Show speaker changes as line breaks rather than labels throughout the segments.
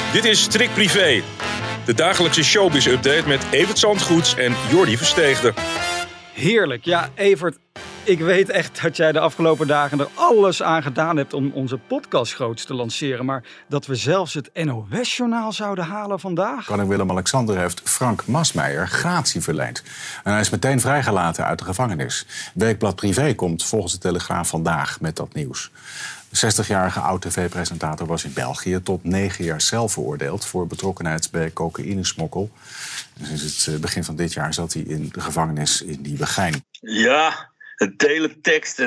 Dit is Strik Privé, de dagelijkse showbiz-update met Evert Zandgoeds en Jordi Versteegde.
Heerlijk. Ja, Evert, ik weet echt dat jij de afgelopen dagen er alles aan gedaan hebt om onze podcast groots te lanceren. Maar dat we zelfs het NOS-journaal zouden halen vandaag?
Koning Willem-Alexander heeft Frank Masmeijer gratie verleend. En hij is meteen vrijgelaten uit de gevangenis. Weekblad Privé komt volgens de Telegraaf vandaag met dat nieuws. De 60-jarige oud-tv-presentator was in België tot 9 jaar cel veroordeeld voor betrokkenheid bij cocaïnesmokkel. En sinds het begin van dit jaar zat hij in de gevangenis in Nieuwegein.
Ja, het teletext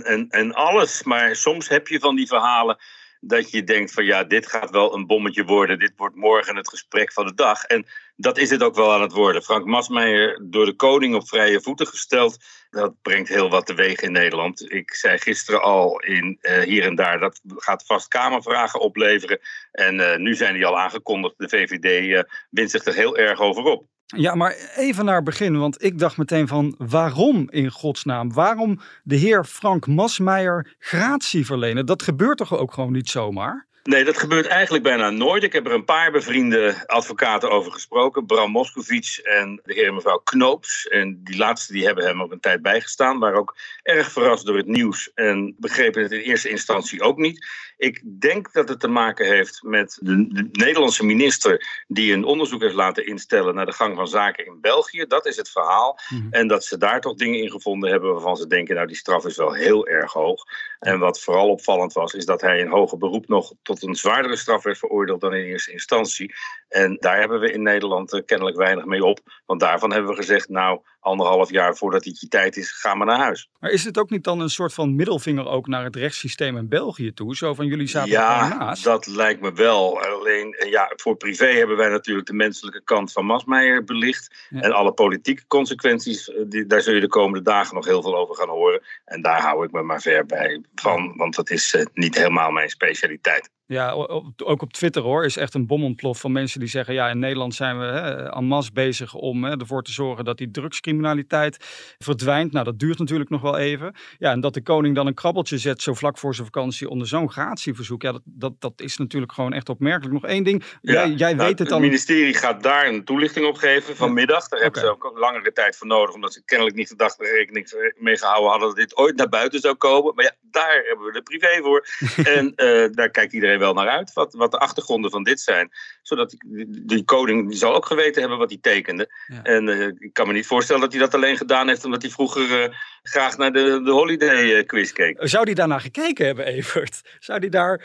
en alles. Maar soms heb je van die verhalen dat je denkt van ja, dit gaat wel een bommetje worden. Dit wordt morgen het gesprek van de dag. En dat is het ook wel aan het worden. Frank Masmeijer door de koning op vrije voeten gesteld. Dat brengt heel wat teweeg in Nederland. Ik zei gisteren al hier en daar, dat gaat vast Kamervragen opleveren. En nu zijn die al aangekondigd. De VVD wint zich er heel erg over op.
Ja, maar even naar het begin, want ik dacht meteen van waarom in godsnaam? Waarom de heer Frank Masmeijer gratie verlenen? Dat gebeurt toch ook gewoon niet zomaar?
Nee, dat gebeurt eigenlijk bijna nooit. Ik heb er een paar bevriende advocaten over gesproken. Bram Moskowitz en de heer en mevrouw Knoops. En die laatste die hebben hem ook een tijd bijgestaan. Maar ook erg verrast door het nieuws. En begrepen het in eerste instantie ook niet. Ik denk dat het te maken heeft met de Nederlandse minister die een onderzoek heeft laten instellen naar de gang van zaken in België. Dat is het verhaal. En dat ze daar toch dingen in gevonden hebben waarvan ze denken, nou die straf is wel heel erg hoog. En wat vooral opvallend was, is dat hij in hoger beroep nog tot een zwaardere straf werd veroordeeld dan in eerste instantie. En daar hebben we in Nederland kennelijk weinig mee op. Want daarvan hebben we gezegd, nou 1,5 jaar voordat het je tijd is, ga maar naar huis.
Maar is het ook niet dan een soort van middelvinger ook naar het rechtssysteem in België toe? Zo van jullie zaten er gewoon naast.
Ja, dat lijkt me wel. Alleen voor privé hebben wij natuurlijk de menselijke kant van Masmeijer belicht. Ja. En alle politieke consequenties, daar zul je de komende dagen nog heel veel over gaan horen. En daar hou ik me maar ver bij van, want dat is niet helemaal mijn specialiteit.
Ja, ook op Twitter hoor, is echt een bom ontploft van mensen die zeggen, ja, in Nederland zijn we en masse bezig om ervoor te zorgen dat die drugscriminaliteit verdwijnt. Nou, dat duurt natuurlijk nog wel even. Ja, en dat de koning dan een krabbeltje zet zo vlak voor zijn vakantie onder zo'n gratieverzoek. Ja, dat is natuurlijk gewoon echt opmerkelijk. Nog één ding, jij weet het dan.
Het ministerie gaat daar een toelichting op geven vanmiddag. Daar hebben ze ook een langere tijd voor nodig, omdat ze kennelijk niet de rekening mee gehouden hadden dat dit ooit naar buiten zou komen. Maar ja, daar hebben we de privé voor. En daar kijkt iedereen wel naar uit, wat de achtergronden van dit zijn. Zodat die koning, die zal ook geweten hebben wat hij tekende. Ja. En ik kan me niet voorstellen dat hij dat alleen gedaan heeft omdat hij vroeger graag naar de Holiday quiz keek.
Zou hij daarna gekeken hebben, Evert? Zou hij daar...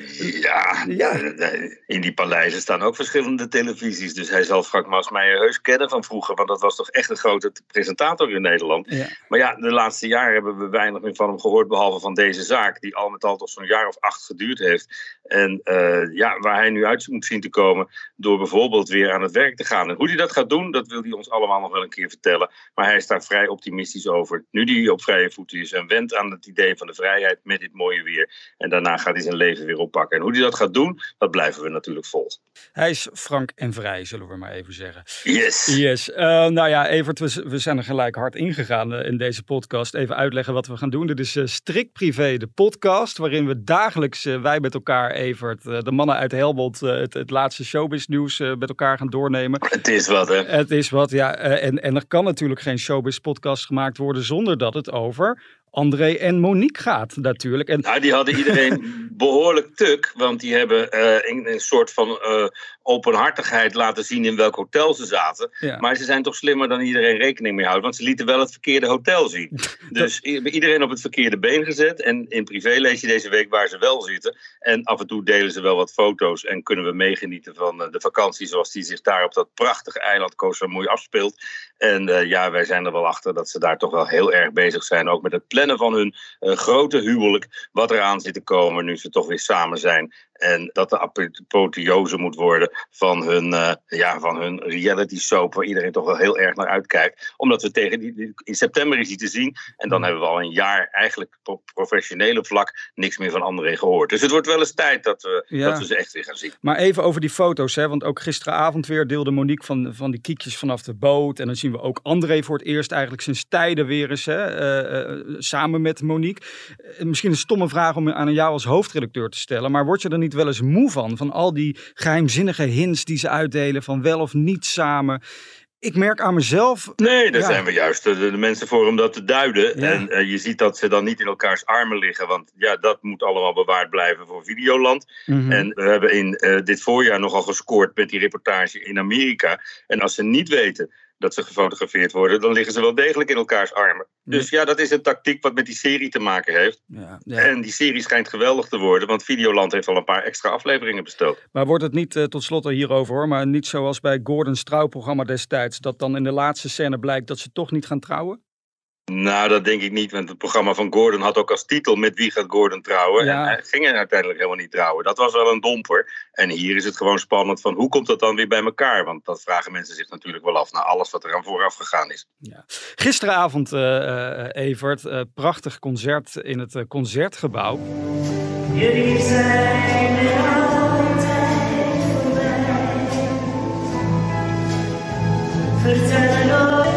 Ja, in die paleizen staan ook verschillende televisies. Dus hij zal Frank Masmeijer heus kennen van vroeger, want dat was toch echt een grote presentator in Nederland. Ja. Maar ja, de laatste jaren hebben we weinig meer van hem gehoord, behalve van deze zaak, die al met al toch zo'n jaar of 8 geduurd heeft. En waar hij nu uit moet zien te komen door bijvoorbeeld weer aan het werk te gaan. En hoe hij dat gaat doen, dat wil hij ons allemaal nog wel een keer vertellen. Maar hij is daar vrij optimistisch over. Nu hij op vrije voeten is en wendt aan het idee van de vrijheid met dit mooie weer. En daarna gaat hij zijn leven weer oppakken. En hoe hij dat gaat doen, dat blijven we natuurlijk volgen.
Hij is frank en vrij, zullen we maar even zeggen.
Yes.
Nou ja, Evert, we zijn er gelijk hard ingegaan in deze podcast. Even uitleggen wat we gaan doen. Dit is Strik Privé, de podcast, waarin we dagelijks, wij met elkaar, Evert, de mannen uit Helmond, het laatste showbiz-nieuws met elkaar gaan doornemen.
Het is wat, hè?
Het is wat, ja. En er kan natuurlijk geen showbiz-podcast gemaakt worden zonder dat het over André en Monique gaat, natuurlijk. En...
Nou, die hadden iedereen behoorlijk tuk, want die hebben een soort van openhartigheid laten zien in welk hotel ze zaten. Ja. Maar ze zijn toch slimmer dan iedereen rekening mee houdt, want ze lieten wel het verkeerde hotel zien. Dus iedereen op het verkeerde been gezet. En in privé lees je deze week waar ze wel zitten. En af en toe delen ze wel wat foto's en kunnen we meegenieten van de vakantie zoals die zich daar op dat prachtige eiland Koh Samui afspeelt. En wij zijn er wel achter dat ze daar toch wel heel erg bezig zijn, ook met het plannen van hun grote huwelijk, wat eraan zit te komen nu ze toch weer samen zijn. En dat de apotheose moet worden van hun reality soap, waar iedereen toch wel heel erg naar uitkijkt. Omdat we in september is die te zien. En dan hebben we al een jaar eigenlijk op professionele vlak niks meer van André gehoord. Dus het wordt wel eens tijd dat we ze echt weer gaan zien.
Maar even over die foto's, hè? Want ook gisteravond weer deelde Monique van die kiekjes vanaf de boot. En dan zien we ook André voor het eerst eigenlijk sinds tijden weer eens, samen met Monique. Misschien een stomme vraag om aan jou als hoofdredacteur te stellen, maar word je er niet niet wel eens moe van al die geheimzinnige hints die ze uitdelen van wel of niet samen. Ik merk aan mezelf...
Nee, daar zijn we juist de mensen voor om dat te duiden. Ja. En je ziet dat ze dan niet in elkaars armen liggen. Want ja, dat moet allemaal bewaard blijven voor Videoland. Mm-hmm. En we hebben in dit voorjaar nogal gescoord met die reportage in Amerika. En als ze niet weten dat ze gefotografeerd worden, dan liggen ze wel degelijk in elkaars armen. Dus ja, dat is een tactiek wat met die serie te maken heeft. Ja. En die serie schijnt geweldig te worden, want Videoland heeft al een paar extra afleveringen besteld.
Maar wordt het niet, tot slot hierover hoor, maar niet zoals bij Gordon's trouwprogramma destijds, dat dan in de laatste scène blijkt dat ze toch niet gaan trouwen?
Nou, dat denk ik niet, want het programma van Gordon had ook als titel met wie gaat Gordon trouwen. Ja. En hij ging uiteindelijk helemaal niet trouwen. Dat was wel een domper. En hier is het gewoon spannend van hoe komt dat dan weer bij elkaar? Want dat vragen mensen zich natuurlijk wel af na alles wat er aan vooraf gegaan is. Ja.
Gisteravond, Evert, prachtig concert in het Concertgebouw. Jullie zijn er altijd voorbij. Vertellen ooit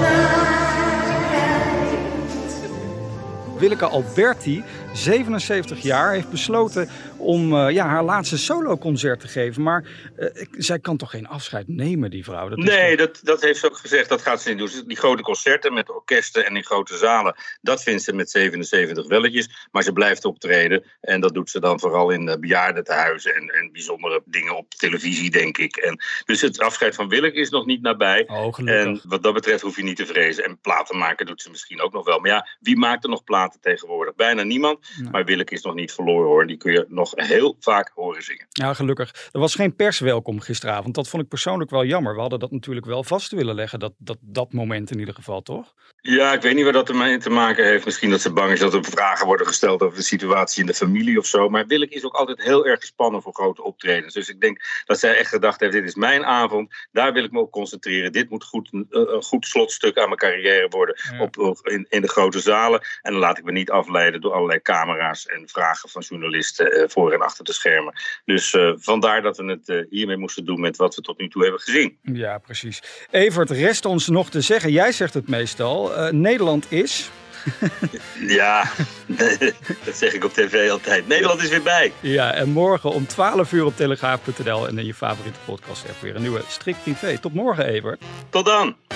Willeke Alberti, 77 jaar, heeft besloten om haar laatste soloconcert te geven. Maar zij kan toch geen afscheid nemen, die vrouw?
Dat heeft ze ook gezegd. Dat gaat ze niet doen. Die grote concerten met orkesten en in grote zalen, dat vindt ze met 77 welletjes. Maar ze blijft optreden. En dat doet ze dan vooral in bejaardentehuizen en bijzondere dingen op televisie, denk ik. Dus het afscheid van Willeke is nog niet nabij.
Oh, gelukkig.
En wat dat betreft hoef je niet te vrezen. En platen maken doet ze misschien ook nog wel. Maar ja, wie maakt er nog platen tegenwoordig? Bijna niemand. Nee. Maar Willeke is nog niet verloren, hoor. Die kun je nog heel vaak horen zingen.
Ja, gelukkig. Er was geen perswelkom gisteravond. Dat vond ik persoonlijk wel jammer. We hadden dat natuurlijk wel vast willen leggen. Dat moment in ieder geval, toch?
Ja, ik weet niet waar dat ermee te maken heeft. Misschien dat ze bang is dat er vragen worden gesteld over de situatie in de familie of zo. Maar Willeke is ook altijd heel erg gespannen voor grote optredens. Dus ik denk dat zij echt gedacht heeft, dit is mijn avond. Daar wil ik me op concentreren. Dit moet een goed slotstuk aan mijn carrière worden. Ja. In de grote zalen. En dan laat ik me niet afleiden door allerlei camera's en vragen van journalisten voor en achter de schermen. Dus vandaar dat we het hiermee moesten doen met wat we tot nu toe hebben gezien.
Ja, precies. Evert, rest ons nog te zeggen, jij zegt het meestal, Nederland is...
Ja, dat zeg ik op tv altijd. Nederland is weer bij.
Ja, en morgen om 12 uur op Telegraaf.nl en in je favoriete podcast app weer een nieuwe Strikt Privé. Tot morgen, Evert.
Tot dan.